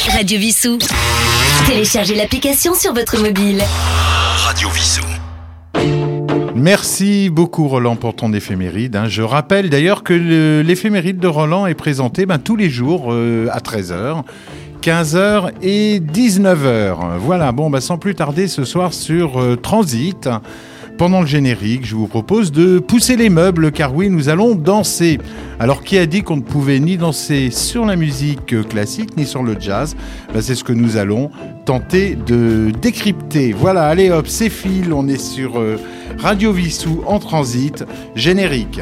Radio Vissou. Téléchargez l'application sur votre mobile. Radio Vissou. Merci beaucoup Roland pour ton éphéméride. Je rappelle d'ailleurs que l'éphéméride de Roland est présenté tous les jours à 13h, 15h et 19h. Voilà, sans plus tarder ce soir sur Transit. Pendant le générique, je vous propose de pousser les meubles car oui, nous allons danser. Alors qui a dit qu'on ne pouvait ni danser sur la musique classique ni sur le jazz ? C'est ce que nous allons tenter de décrypter. Voilà, allez hop, c'est fil, on est sur Radio Vissou en Transit, générique.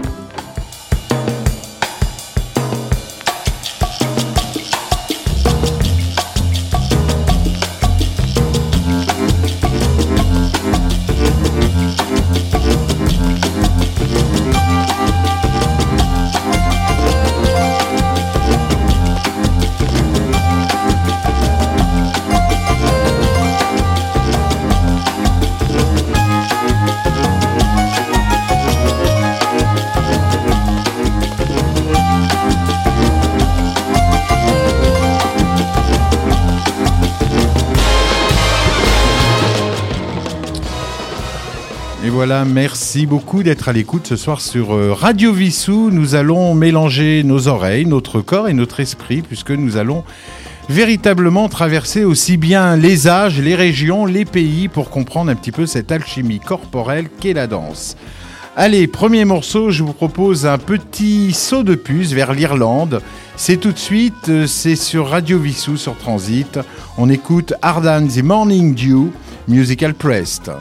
Voilà, merci beaucoup d'être à l'écoute ce soir sur Radio Vissou. Nous allons mélanger nos oreilles, notre corps et notre esprit puisque nous allons véritablement traverser aussi bien les âges, les régions, les pays pour comprendre un petit peu cette alchimie corporelle qu'est la danse. Allez, premier morceau, je vous propose un petit saut de puce vers l'Irlande. C'est tout de suite, c'est sur Radio Vissou sur Transit. On écoute Ardan the Morning Dew, Musical Pressed.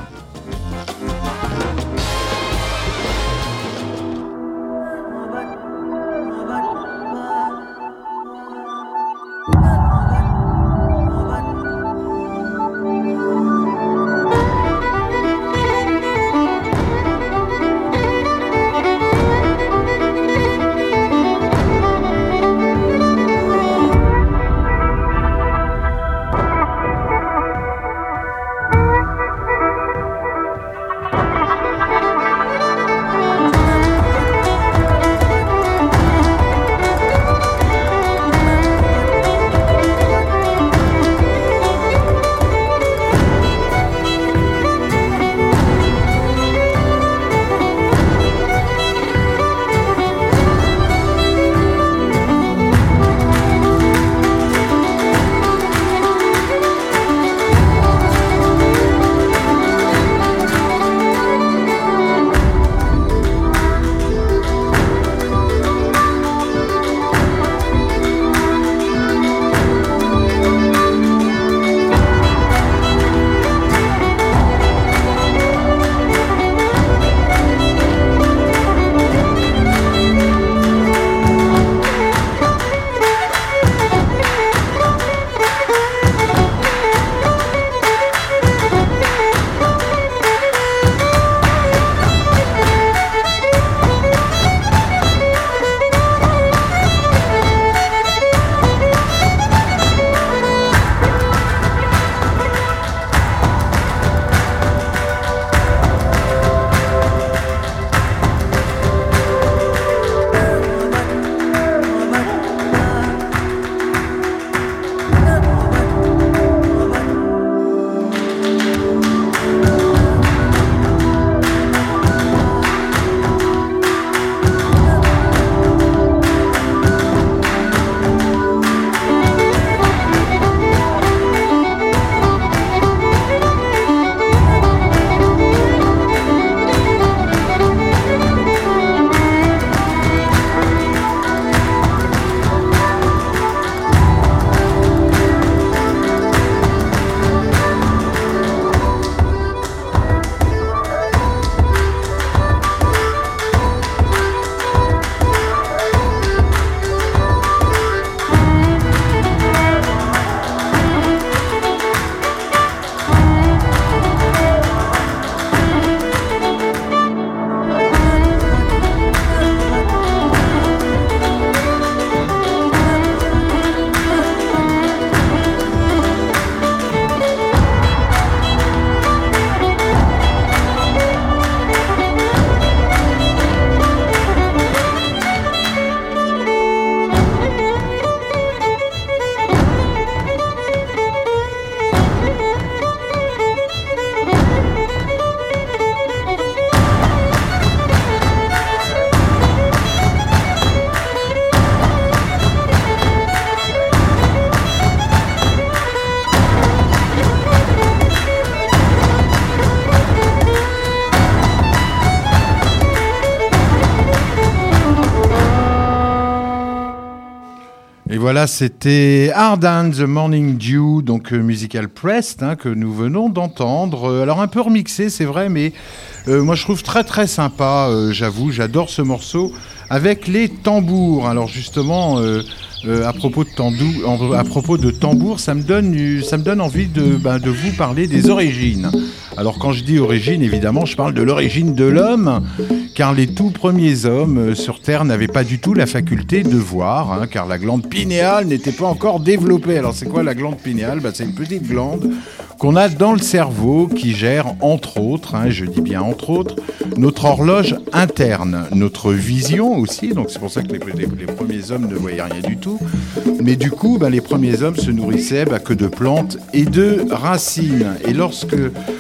Voilà, c'était Hard and the Morning Dew, donc Musical Pressed, que nous venons d'entendre. Alors un peu remixé, c'est vrai, mais moi je trouve très très sympa, j'avoue, j'adore ce morceau avec les tambours. Alors justement, à propos de tambours, ça me donne envie de vous parler des origines. Alors quand je dis origine, évidemment, je parle de l'origine de l'homme, car les tout premiers hommes sur Terre n'avaient pas du tout la faculté de voir, car la glande pinéale n'était pas encore développée. Alors c'est quoi la glande pinéale ? C'est une petite glande qu'on a dans le cerveau qui gère entre autres, je dis bien entre autres, notre horloge interne, notre vision aussi, donc c'est pour ça que les premiers hommes ne voyaient rien du tout, mais du coup les premiers hommes se nourrissaient que de plantes et de racines. Et lorsque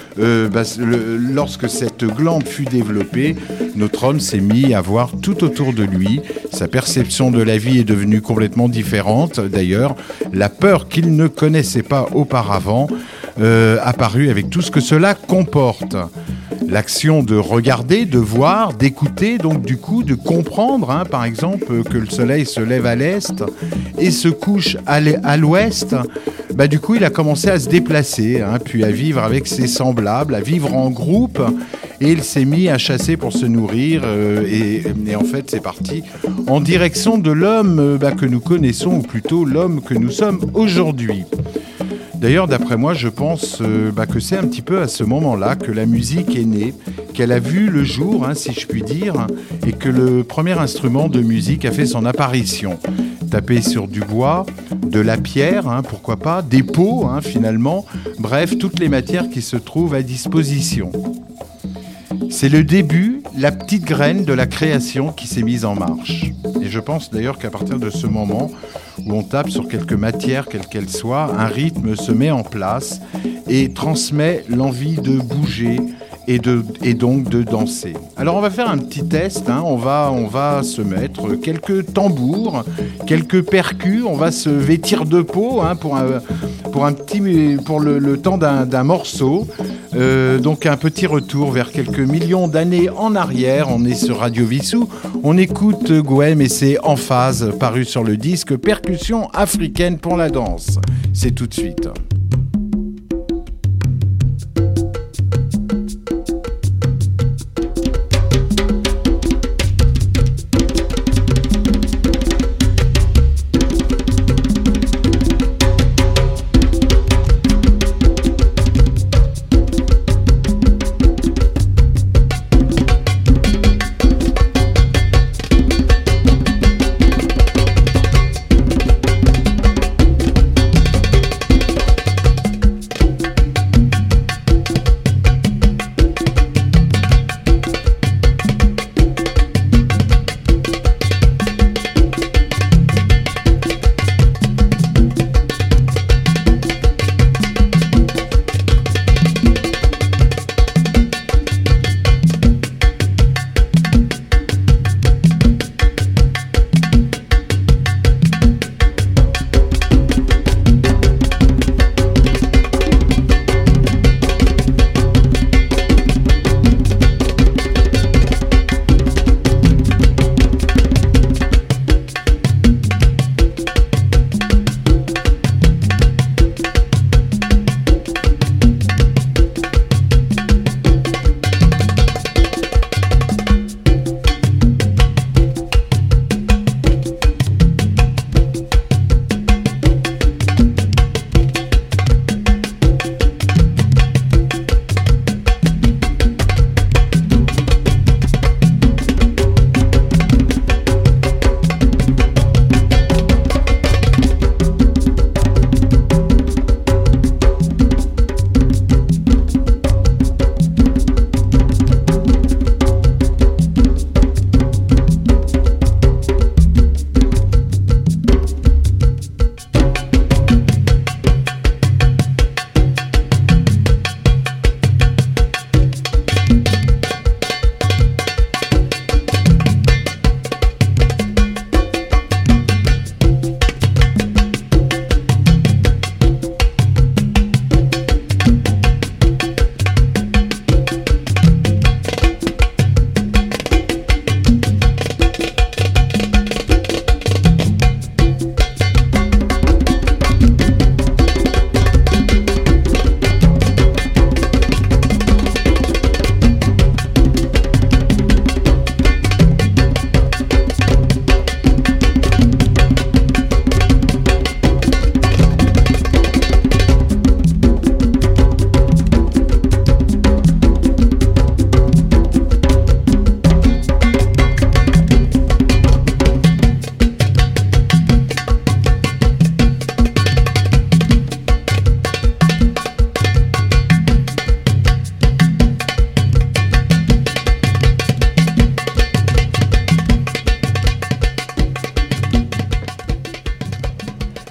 cette glande fut développée, notre homme s'est mis à voir tout autour de lui. Sa perception de la vie est devenue complètement différente. D'ailleurs, la peur qu'il ne connaissait pas auparavant apparut avec tout ce que cela comporte. L'action de regarder, de voir, d'écouter, donc du coup de comprendre, par exemple, que le soleil se lève à l'est et se couche à l'ouest, du coup il a commencé à se déplacer, puis à vivre avec ses semblables, à vivre en groupe, et il s'est mis à chasser pour se nourrir, et en fait c'est parti en direction de l'homme que nous connaissons, ou plutôt l'homme que nous sommes aujourd'hui. D'ailleurs, d'après moi, je pense que c'est un petit peu à ce moment-là que la musique est née, qu'elle a vu le jour, si je puis dire, et que le premier instrument de musique a fait son apparition. Taper sur du bois, de la pierre, pourquoi pas, des pots, finalement, bref, toutes les matières qui se trouvent à disposition. C'est le début, la petite graine de la création qui s'est mise en marche. Et je pense d'ailleurs qu'à partir de ce moment où on tape sur quelque matière, quelle qu'elle soit, un rythme se met en place et transmet l'envie de bouger et donc de danser. Alors on va faire un petit test, on va se mettre quelques tambours, quelques percus, on va se vêtir de peau pour le temps d'un morceau. Donc un petit retour vers quelques millions d'années en arrière. On est sur Radio Vissou, on écoute Gouem et c'est En Phase, paru sur le disque Percussion africaine pour la danse. C'est tout de suite.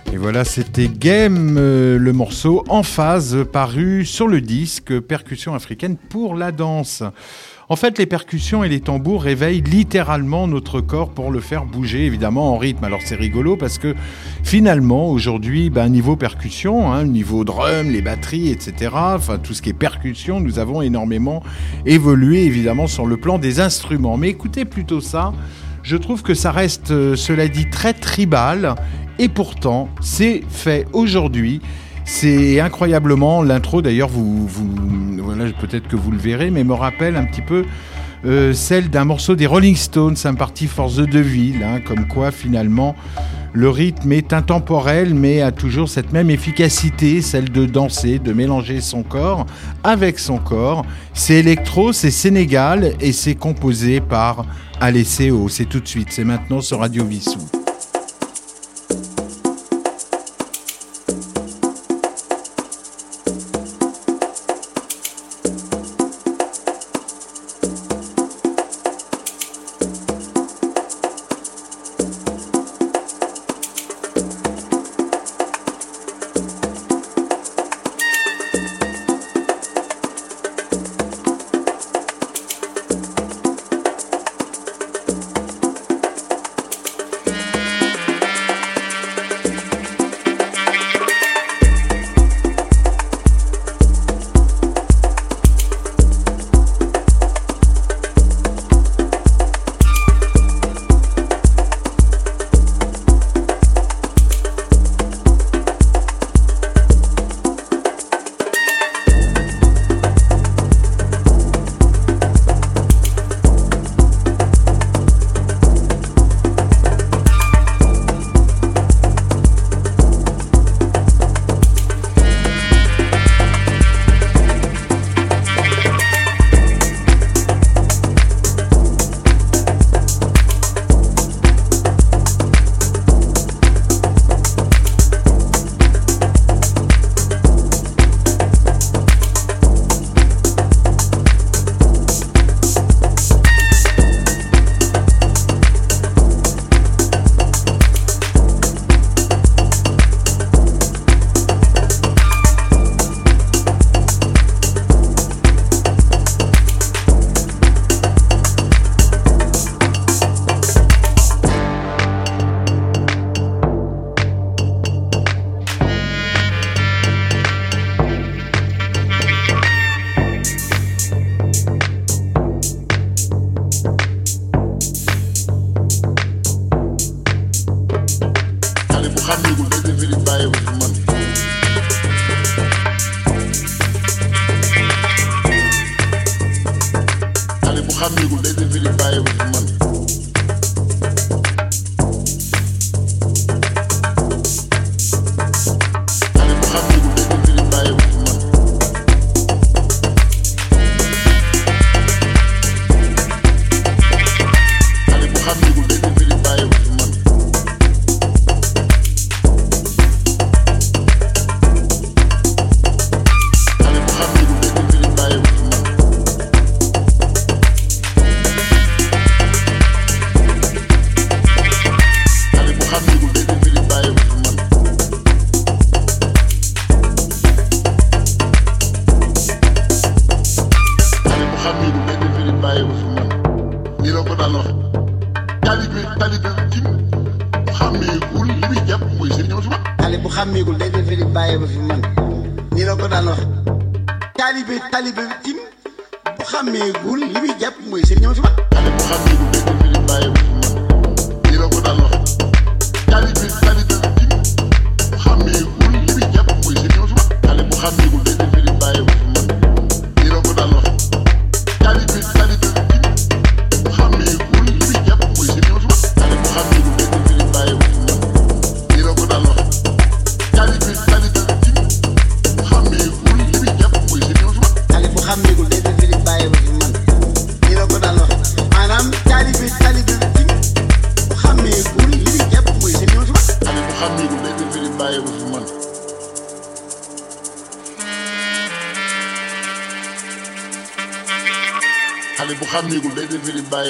Et voilà, c'était Game, le morceau En Phase, paru sur le disque Percussions africaines pour la danse. En fait, les percussions et les tambours réveillent littéralement notre corps pour le faire bouger, évidemment, en rythme. Alors, c'est rigolo parce que finalement, aujourd'hui, niveau percussion, niveau drum, les batteries, etc., enfin, tout ce qui est percussion, nous avons énormément évolué, évidemment, sur le plan des instruments. Mais écoutez plutôt ça, je trouve que ça reste, cela dit, très tribal. Et pourtant, c'est fait aujourd'hui. C'est incroyablement, l'intro d'ailleurs, voilà, peut-être que vous le verrez, mais me rappelle un petit peu celle d'un morceau des Rolling Stones, un parti Force de Deville, comme quoi finalement le rythme est intemporel mais a toujours cette même efficacité, celle de danser, de mélanger son corps avec son corps. C'est électro, c'est Sénégal et c'est composé par Alessio. C'est tout de suite, c'est maintenant sur Radio Vissou.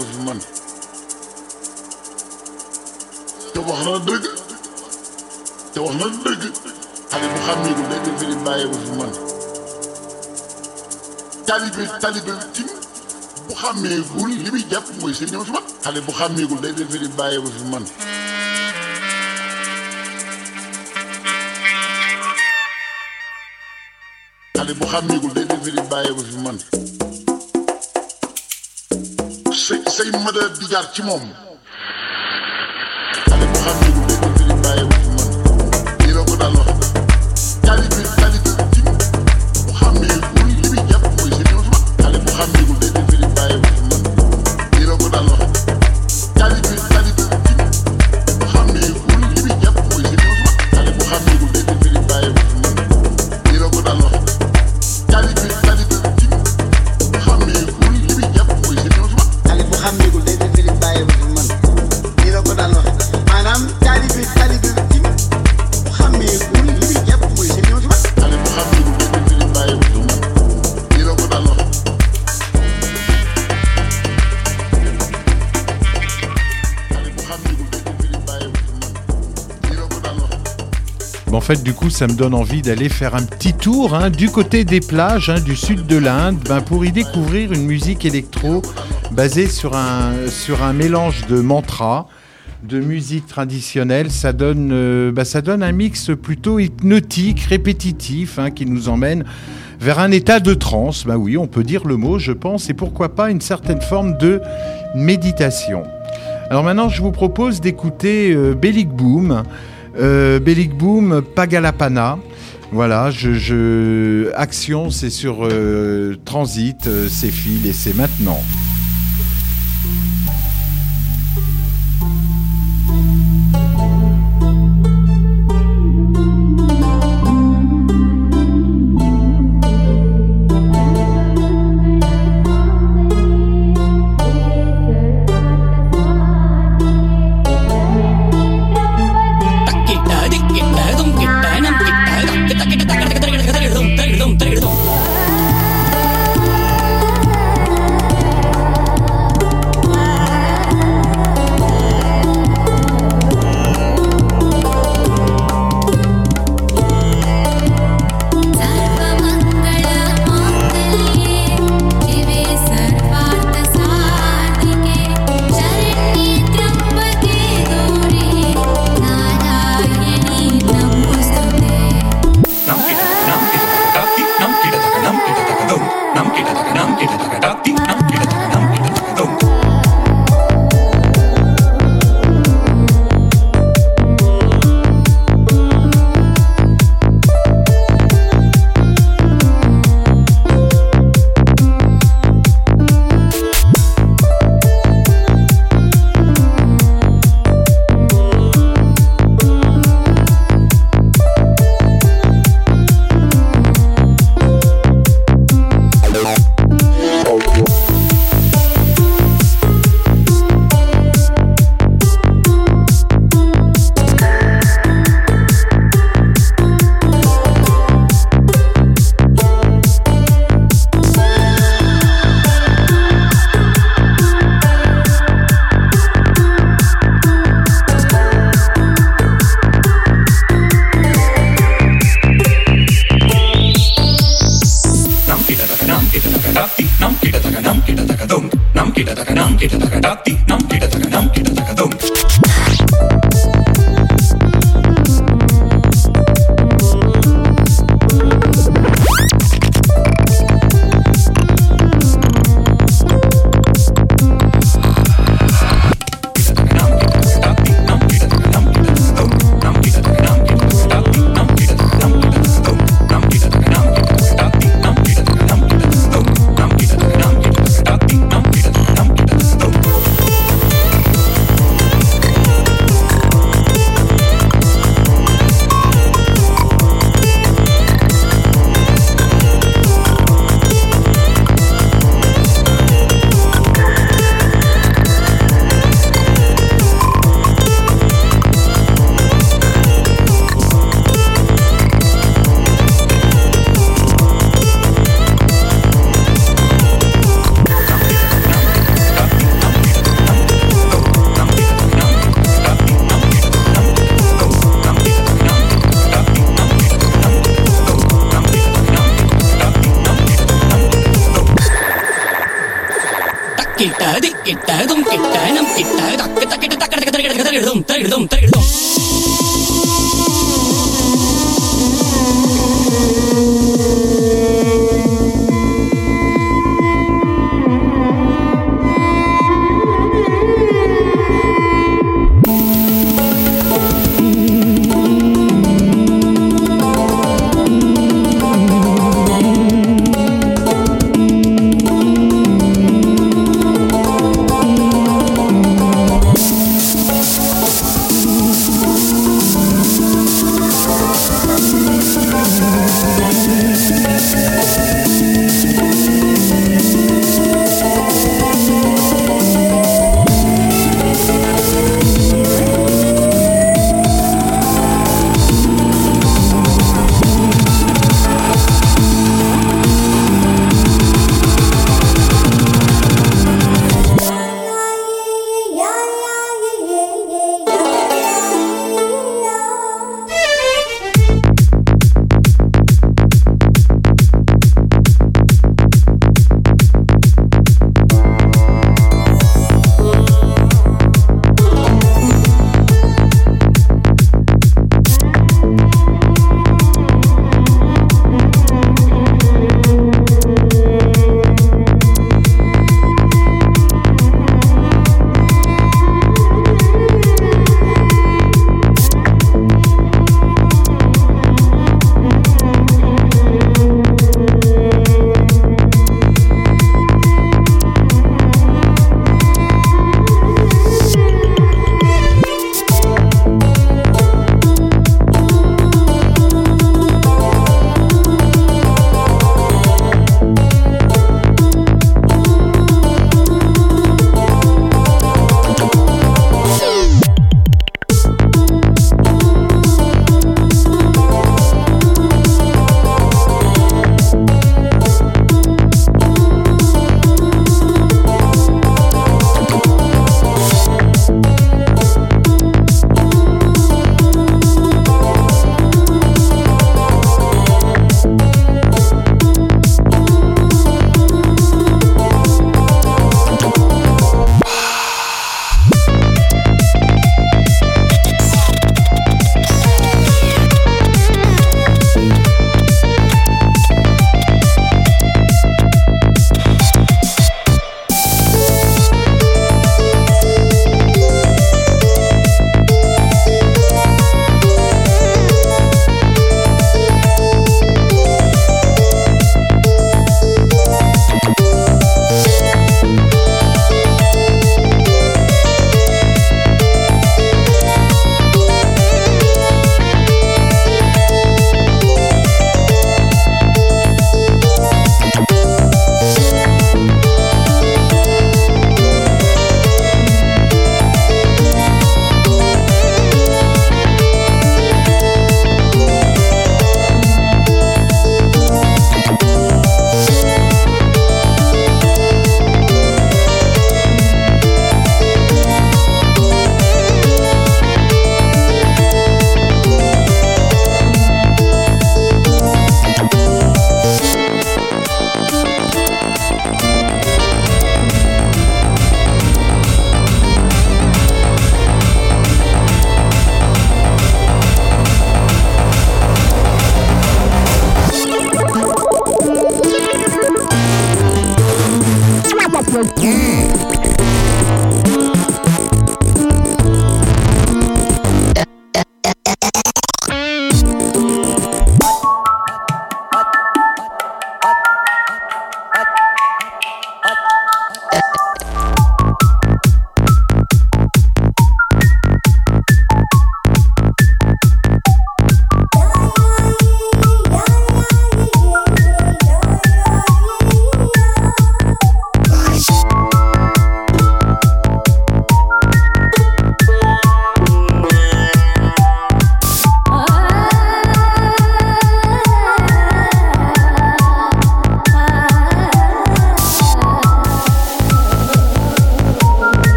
te wax na dëgg te wax na dëgg xale bu xàmmeegul day dem fi di bàyyee ko fi man talibe tim bu xàmmeegul li muy jàpp mooy sëriñam fi man xale bu xàmmeegul day dem fi di bàyyee ko fi man xale bu xàmmeegul day dem fi di bàyyee ko fi man say mada di jaar ci moom xale bu xàmmeegul day dem fi di bàyyee ko fi man lii la ko daan wax talibe tim bu xàmmeegul li muy jàpp mooy sëriñam fi man xale bu xàmmeegul day dem fi di bàyyee ko fi man lii la ko daan wax talibe tim bu xàmmeegul li muy jàpp mooy sëriñam fi man xale bu xàmmeegul day dem fi di bàyyee ko fi man lii la ko daan wax talibe tim bu xàmmeegul li muy jàpp mooy sëriñam fi man xale bu xàmmeegul day dem fi di bàyyee ko fi man lii la ko daan wax maanaam talibe tim bu xàmmeegul li muy jàpp mooy sëriñam fi man xale bu xàmmeegul day dem fi di bàyyee ko fi man lii la ko daan wax Bon, en fait, du coup, ça me donne envie d'aller faire un petit tour du côté des plages du sud de l'Inde pour y découvrir une musique électro basée sur un mélange de mantras, de musique traditionnelle. Ça donne un mix plutôt hypnotique, répétitif, qui nous emmène vers un état de transe. Bah oui, on peut dire le mot, je pense, et pourquoi pas une certaine forme de méditation. Alors maintenant, je vous propose d'écouter Belly Boom. Belly Boom, Pagalapana. Voilà, Action, c'est sur Transit, c'est Fil et c'est maintenant.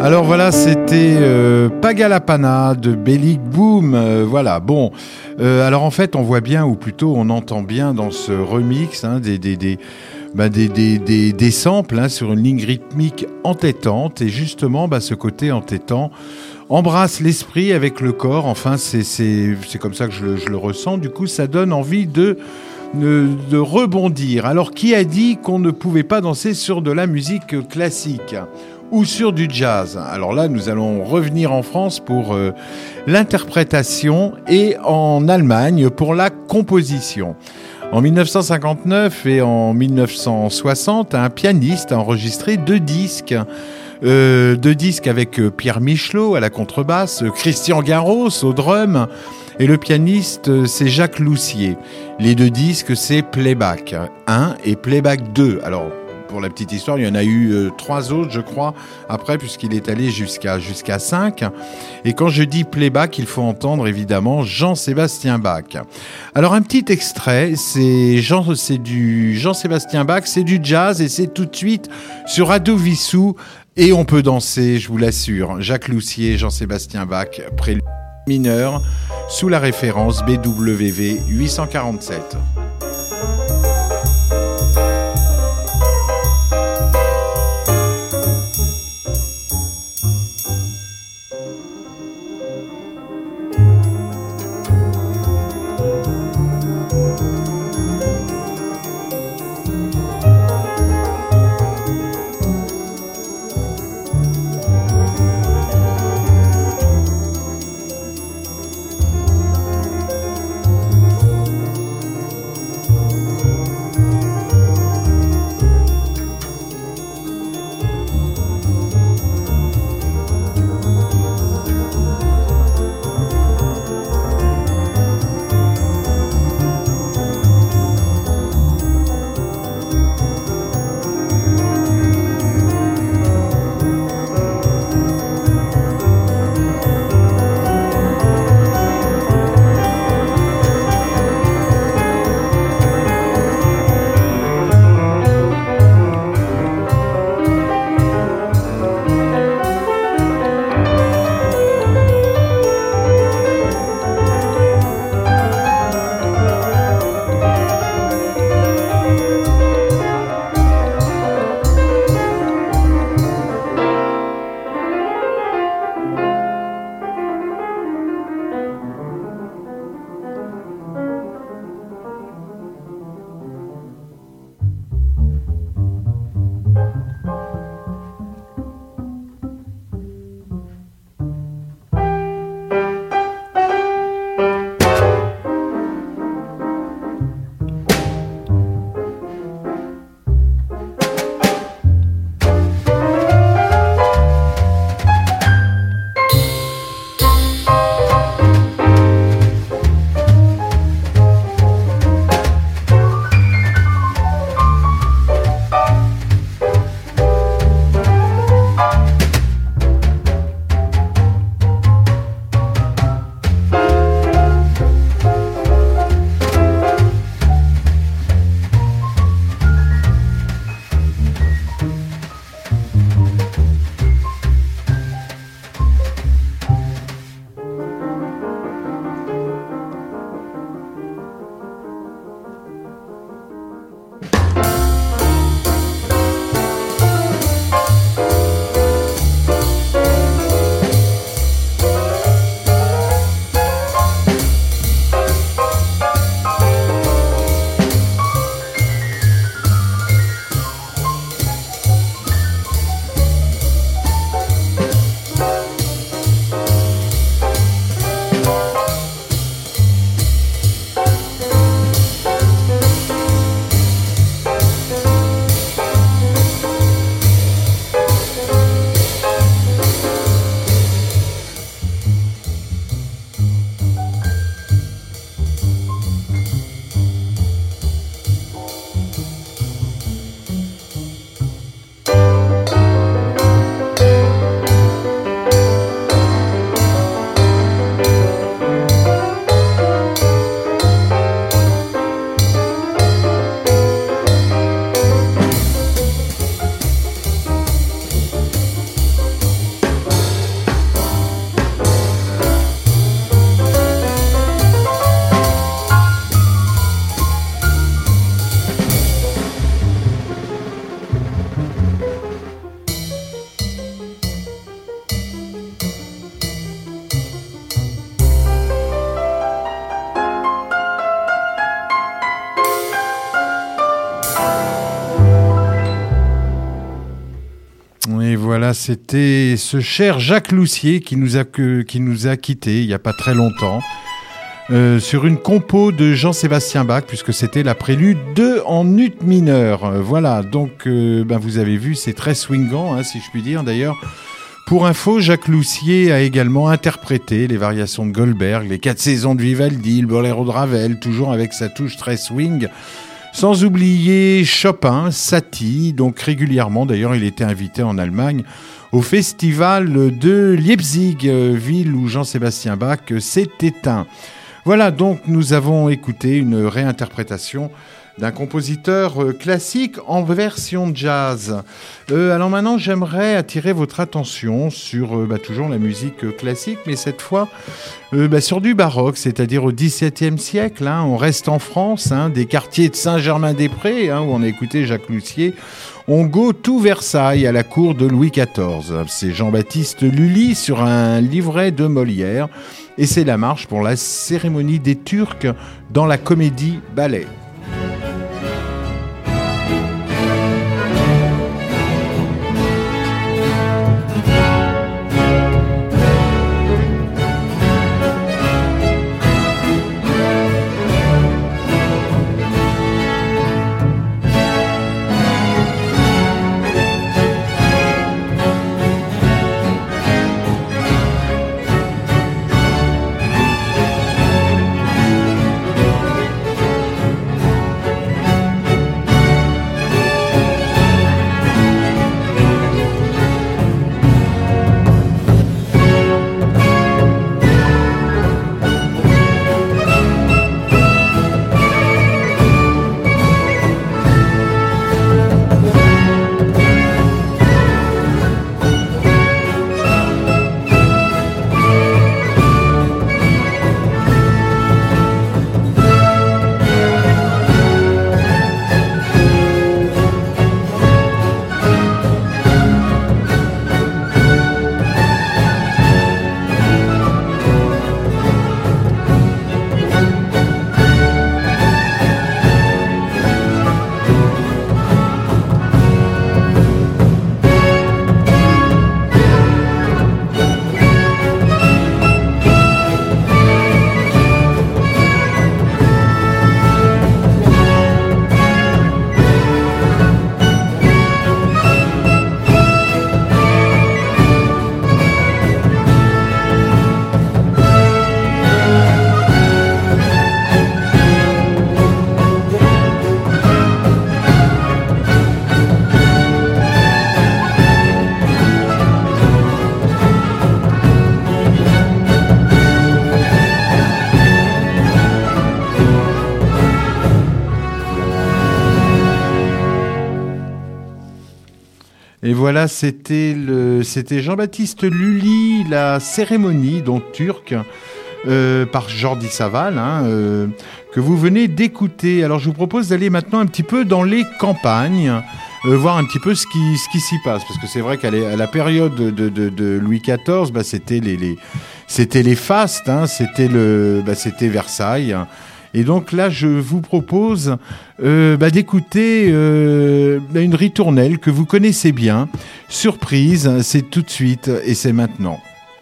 Alors voilà, c'était Pagalapana de Belly Boom. Voilà, bon. Alors en fait, on voit bien, ou plutôt on entend bien dans ce remix des samples sur une ligne rythmique entêtante. Et justement, ce côté entêtant embrasse l'esprit avec le corps. Enfin, c'est comme ça que je le ressens. Du coup, ça donne envie de rebondir. Alors, qui a dit qu'on ne pouvait pas danser sur de la musique classique ou sur du jazz? Alors là, nous allons revenir en France pour l'interprétation et en Allemagne pour la composition. En 1959 et en 1960, un pianiste a enregistré deux disques avec Pierre Michelot à la contrebasse, Christian Garros au drum, et le pianiste, c'est Jacques Loussier. Les deux disques, c'est Playback 1 et Playback 2. Alors, pour la petite histoire, il y en a eu 3 autres, je crois, après, puisqu'il est allé jusqu'à 5. Et quand je dis playback, il faut entendre évidemment Jean-Sébastien Bach. Alors, un petit extrait, c'est du Jean-Sébastien Bach, c'est du jazz et c'est tout de suite sur Ado Vissou. Et on peut danser, je vous l'assure. Jacques Loussier, Jean-Sébastien Bach, prélude mineur, sous la référence BWV 847. voilà, c'était ce cher Jacques Loussier qui nous a quittés il n'y a pas très longtemps. Sur une compo de Jean-Sébastien Bach, puisque c'était la prélude 2 en ut mineur. Voilà, donc vous avez vu, c'est très swingant, hein, si je puis dire. D'ailleurs, pour info, Jacques Loussier a également interprété les variations de Goldberg, les 4 saisons de Vivaldi, le boléro de Ravel, toujours avec sa touche très swing. Sans oublier Chopin, Satie, donc régulièrement. D'ailleurs, il était invité en Allemagne au festival de Leipzig, ville où Jean-Sébastien Bach s'est éteint. Voilà, donc nous avons écouté une réinterprétation d'un compositeur classique en version jazz. Alors maintenant, j'aimerais attirer votre attention sur toujours la musique classique, mais cette fois sur du baroque, c'est-à-dire au XVIIe siècle. Hein, on reste en France, hein, des quartiers de Saint-Germain-des-Prés, hein, où on a écouté Jacques Loussier. On go tout Versailles à la cour de Louis XIV. C'est Jean-Baptiste Lully sur un livret de Molière. Et c'est la marche pour la cérémonie des Turcs dans la comédie ballet. Et voilà, c'était Jean-Baptiste Lully, la cérémonie, donc turque, par Jordi Savall, que vous venez d'écouter. Alors je vous propose d'aller maintenant un petit peu dans les campagnes, voir un petit peu ce qui s'y passe. Parce que c'est vrai qu'à la période de Louis XIV, c'était les fastes, c'était Versailles. Et donc là, je vous propose d'écouter une ritournelle que vous connaissez bien. Surprise, c'est tout de suite et c'est maintenant.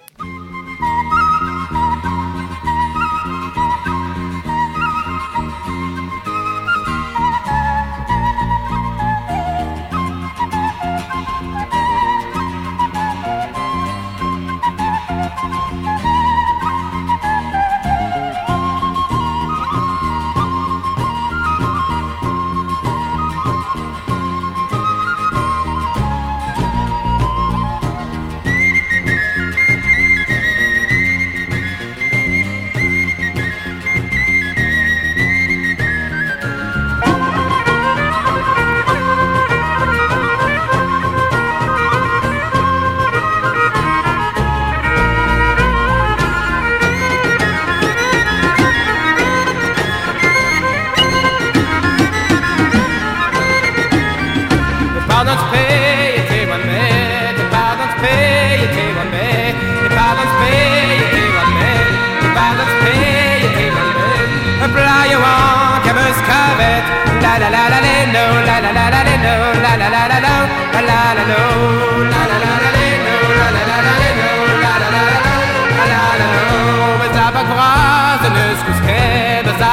la la la la la no la la la la la no la la la la la la la la no la la la la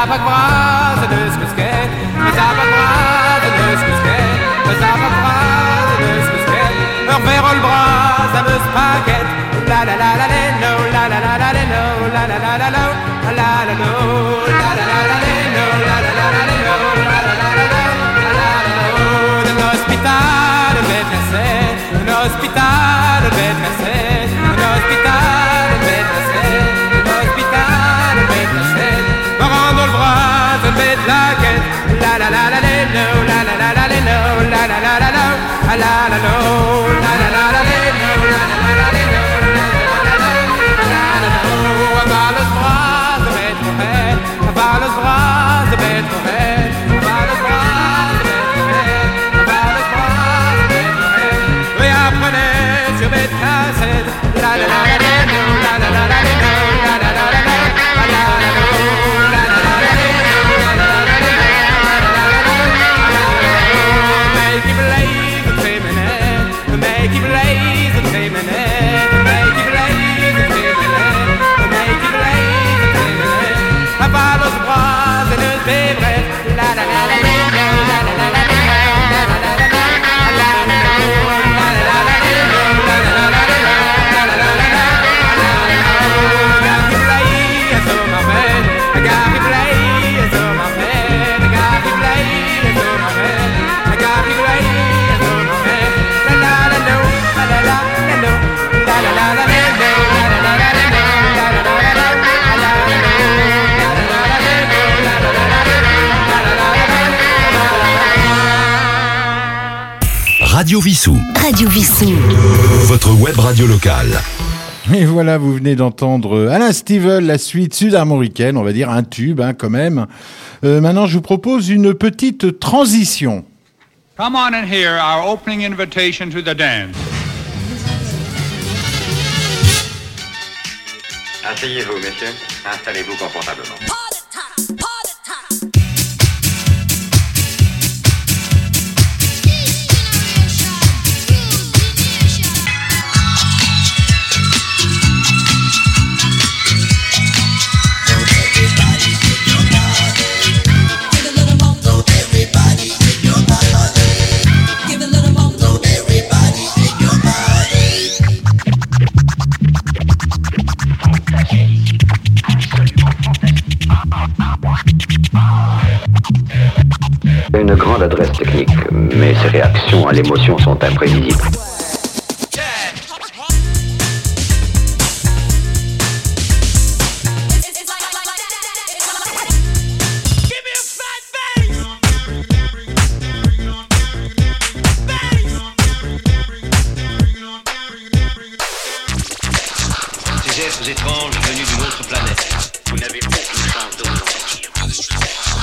zapakbrazen eus kousket, zapakbrazen eus kousket, zapakbrazen eus kousket. Ur verol braz am eus paket, la la la la no, la la la la no, la la la la no, la la no, la la la la no, la la la la no, la la la la no, la la no. Un hospital vet cassette, un hospital vet cassette, un hospital vet cassette, un hospital vet cassette. Rendre le bras, un vet laquette, la la la la no, la la la la no, la la la la no, la la la no, la la la la no, la la la la no. Radio Vissou. Radio Vissou. Votre web radio locale. Et voilà, vous venez d'entendre Alain Stivell, la suite sud-américaine, on va dire un tube quand même. Maintenant, je vous propose une petite transition. Come on and hear our opening invitation to the dance. Asseyez-vous, messieurs. Installez-vous confortablement. Une grande adresse technique, mais ses réactions à l'émotion sont imprévisibles. Ces êtres étranges venus d'une autre planète. Vous n'avez aucune chance de vous en sortir.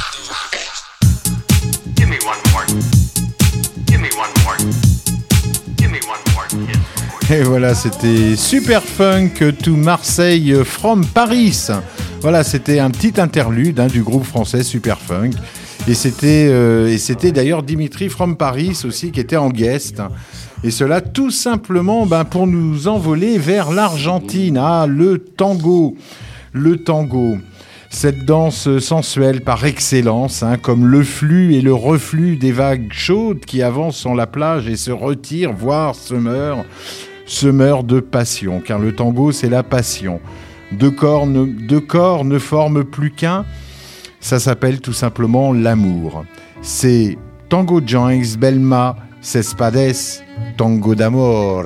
Give me one more. Give me one more. Give me one more. Yes. Et voilà, c'était Super Funk to Marseille from Paris. Voilà, c'était un petit interlude du groupe français Super Funk. Et c'était d'ailleurs Dimitri from Paris aussi qui était en guest. Et cela tout simplement pour nous envoler vers l'Argentine. Ah, le tango. Le tango. Cette danse sensuelle par excellence, comme le flux et le reflux des vagues chaudes qui avancent sur la plage et se retirent, voire se meurent de passion. Car le tango, c'est la passion. Deux corps ne forment plus qu'un. Ça s'appelle tout simplement l'amour. C'est Tango Joints, Belma, Cespades, Tango d'amore.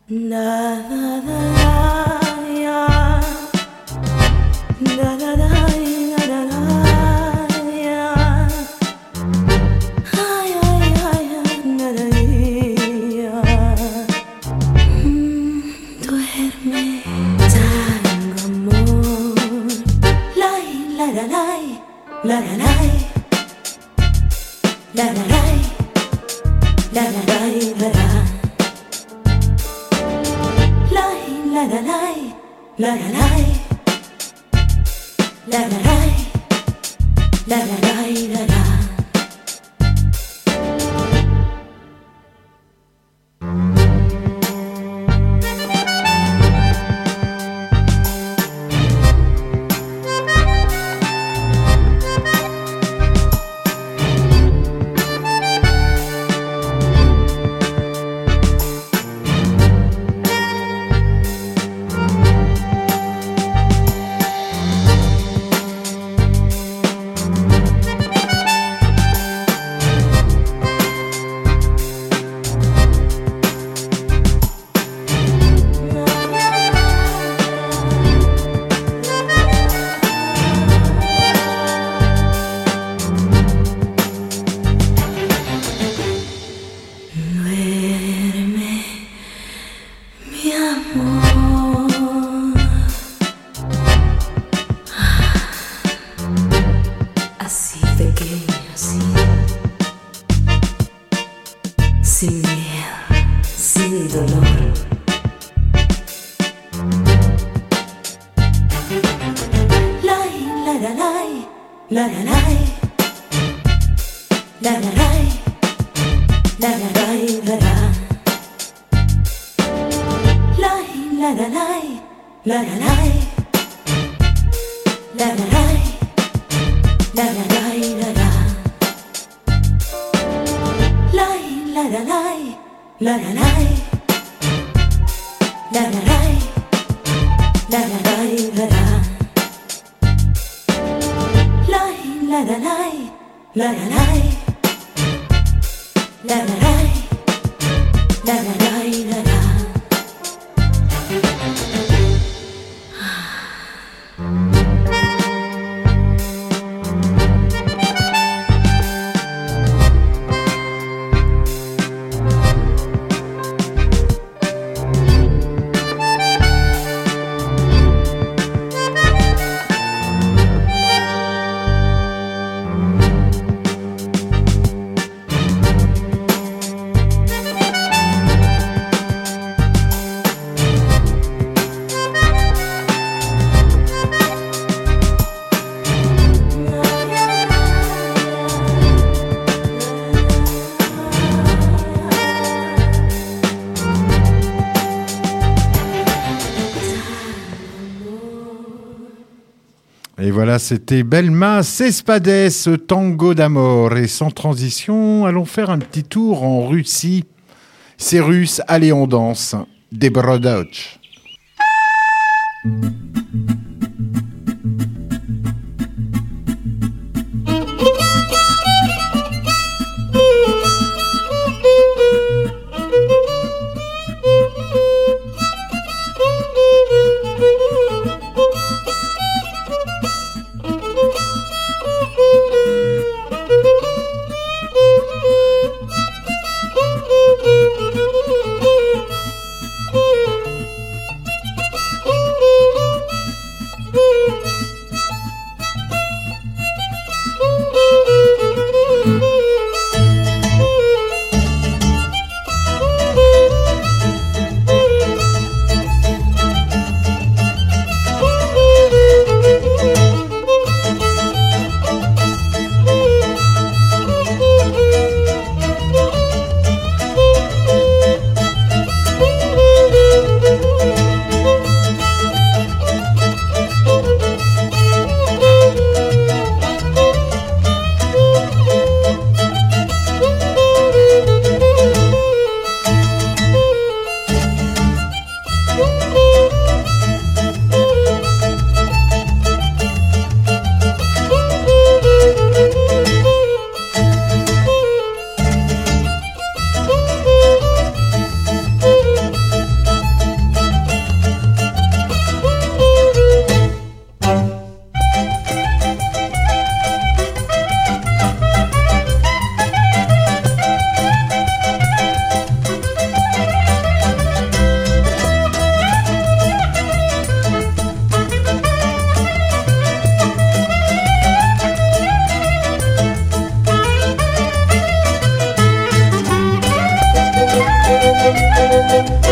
Et voilà, c'était Belma Cespades, Tango d'Amor. Et sans transition, allons faire un petit tour en Russie. C'est russe, allez on danse. Debrodach.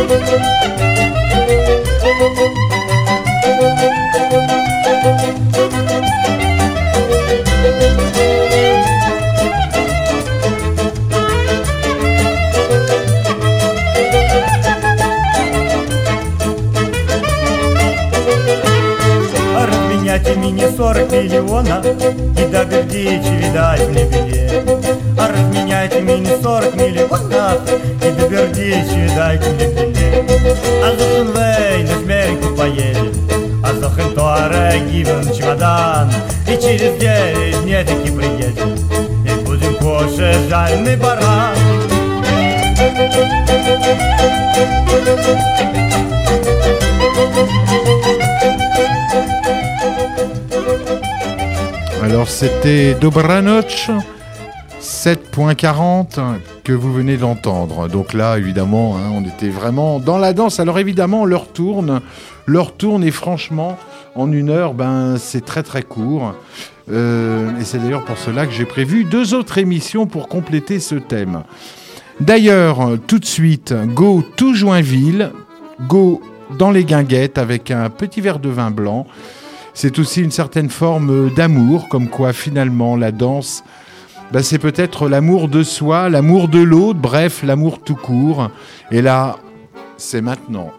Разменяйте мне 40 миллионов и до Бердичи видать мне билет. А разменяйте мне 40 миллионов и до Бердичи видайте мне билет. А за Хенвей на Жмеринку поедем, а за Хентуаре гибен чемодан. И через 9 дней таки приедем, и будем кушать жареный баран. Alors c'était Dobranoc 7.40 que vous venez d'entendre. Donc là évidemment hein, on était vraiment dans la danse. Alors évidemment l'heure tourne et franchement en 1 heure c'est très très court. Et c'est d'ailleurs pour cela que j'ai prévu 2 autres émissions pour compléter ce thème. D'ailleurs tout de suite go tout Joinville, go dans les guinguettes avec un petit verre de vin blanc. C'est aussi une certaine forme d'amour, comme quoi finalement la danse, c'est peut-être l'amour de soi, l'amour de l'autre, bref, l'amour tout court. Et là, c'est maintenant.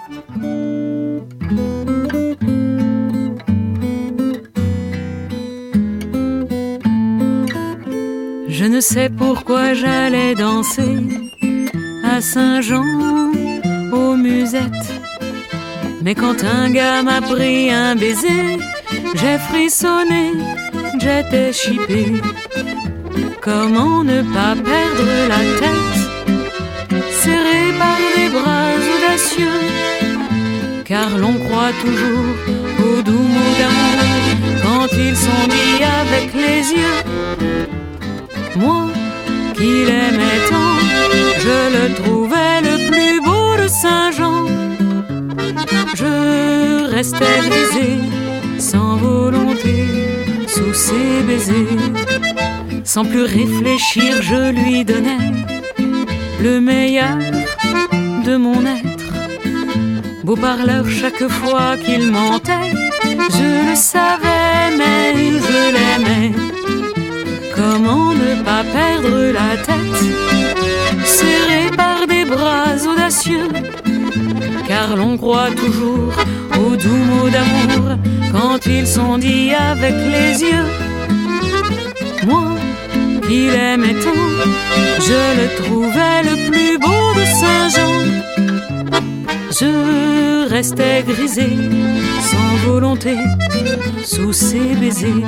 Je ne sais pourquoi j'allais danser à Saint-Jean aux Musettes. Mais quand un gars m'a pris un baiser, j'ai frissonné, j'étais chippé. Comment ne pas perdre la tête, serré par des bras audacieux, car l'on croit toujours aux doux mots d'amour quand ils sont dits avec les yeux. Moi, qui l'aimais tant, je le trouvais le plus beau de Saint-Jean. Je restais brisé, sans volonté, sous ses baisers. Sans plus réfléchir, je lui donnais le meilleur de mon être. Beau parleur chaque fois qu'il mentait, je le savais, mais je l'aimais. Comment ne pas perdre la tête, serré par des bras audacieux, car l'on croit toujours aux doux mots d'amour quand ils sont dits avec les yeux. Moi, qui l'aimais tant, je le trouvais le plus beau de Saint-Jean. Je restais grisé, sans volonté, sous ses baisers.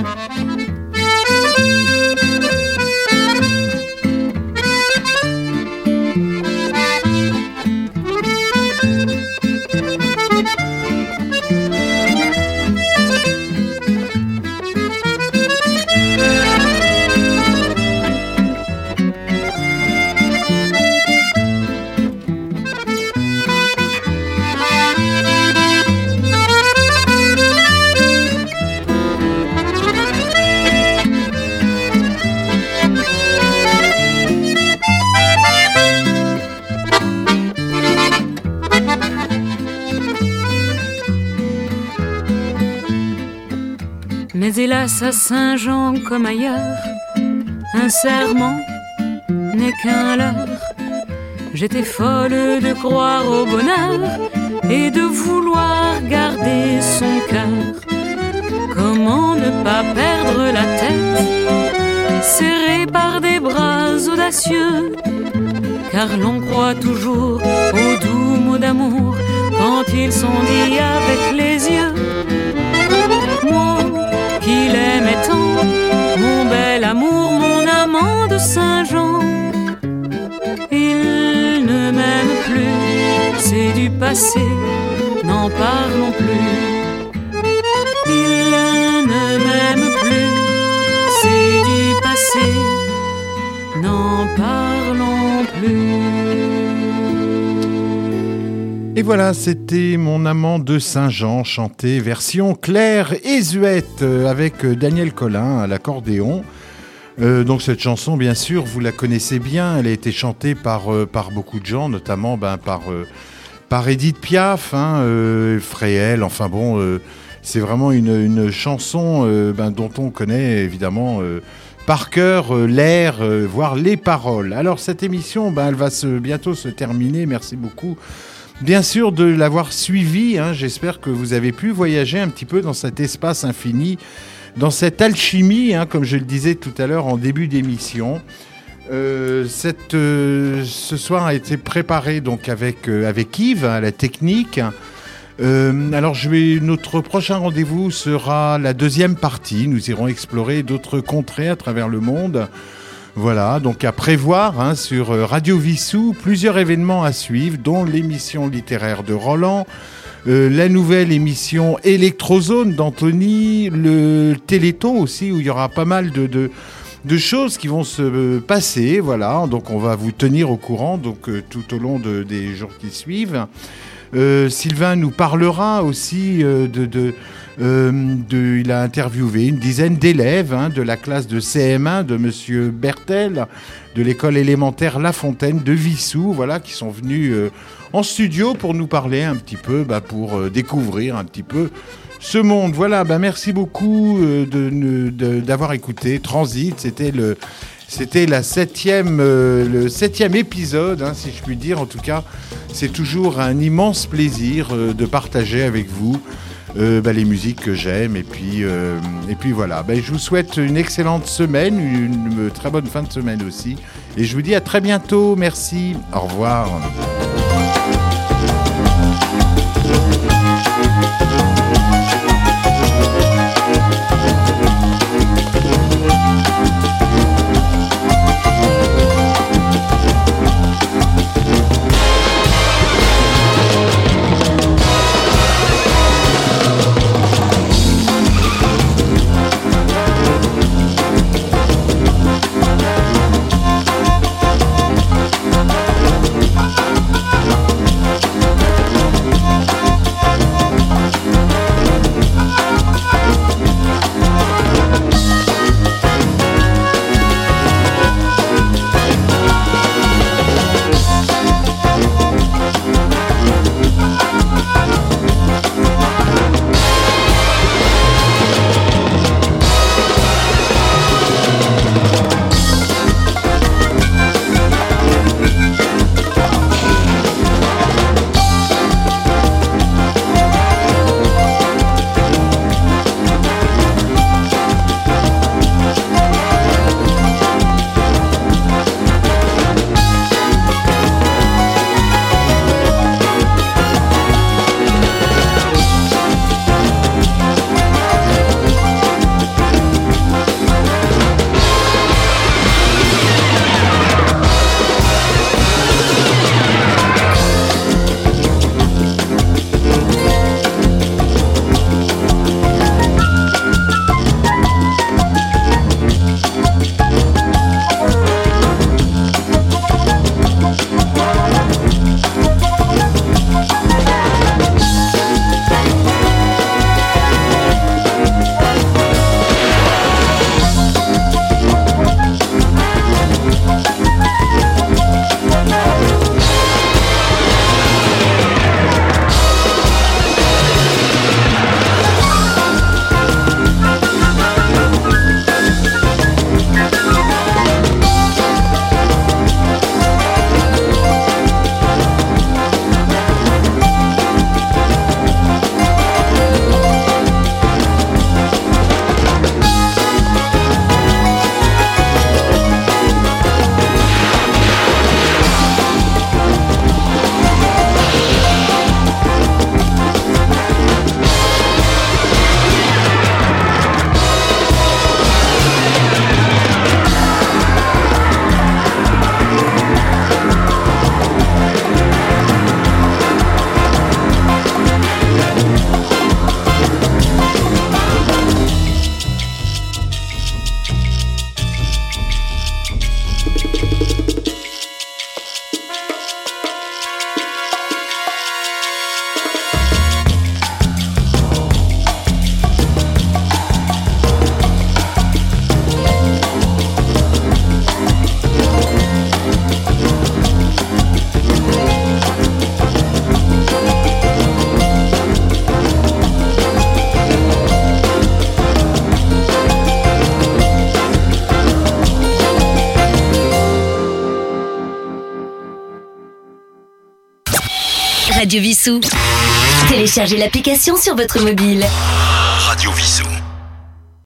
Mais hélas à Saint-Jean comme ailleurs, un serment n'est qu'un leurre. J'étais folle de croire au bonheur et de vouloir garder son cœur. Comment ne pas perdre la tête, serré par des bras audacieux, car l'on croit toujours aux doux mots d'amour quand ils sont dits avec les yeux. Moi, qui l'aimait tant, mon bel amour, mon amant de Saint-Jean, il ne m'aime plus, c'est du passé, n'en parlons plus. Il ne m'aime plus, c'est du passé, n'en parlons plus. Et voilà, c'était Mon amant de Saint-Jean, chanté version Claire et Zuette avec Daniel Collin à l'accordéon. Donc cette chanson, bien sûr, vous la connaissez bien. Elle a été chantée par beaucoup de gens, notamment par Edith Piaf, Fréhel, enfin bon, c'est vraiment une chanson dont on connaît évidemment par cœur l'air, voire les paroles. Alors cette émission, elle va bientôt se terminer, merci beaucoup. Bien sûr de l'avoir suivi, j'espère que vous avez pu voyager un petit peu dans cet espace infini, dans cette alchimie, comme je le disais tout à l'heure en début d'émission. Ce soir a été préparé donc avec Yves à la technique. Alors notre prochain rendez-vous sera la deuxième partie. Nous irons explorer d'autres contrées à travers le monde. Voilà, donc à prévoir sur Radio Vissou, plusieurs événements à suivre, dont l'émission littéraire de Roland, la nouvelle émission Électrozone d'Anthony, le Téléthon aussi, où il y aura pas mal de choses qui vont se passer. Voilà, donc on va vous tenir au courant tout au long des jours qui suivent. Sylvain nous parlera aussi il a interviewé une dizaine d'élèves de la classe de CM1 de Monsieur Bertel de l'école élémentaire La Fontaine de Vissou, voilà, qui sont venus en studio pour nous parler un petit peu, pour découvrir un petit peu ce monde. Voilà, merci beaucoup d'avoir écouté Transit. C'était le 7e épisode, si je puis dire. En tout cas, c'est toujours un immense plaisir de partager avec vous les musiques que j'aime. Et puis voilà, je vous souhaite une excellente semaine, une très bonne fin de semaine aussi. Et je vous dis à très bientôt. Merci. Au revoir. Radio Vissou. Téléchargez l'application sur votre mobile. Radio Vissou.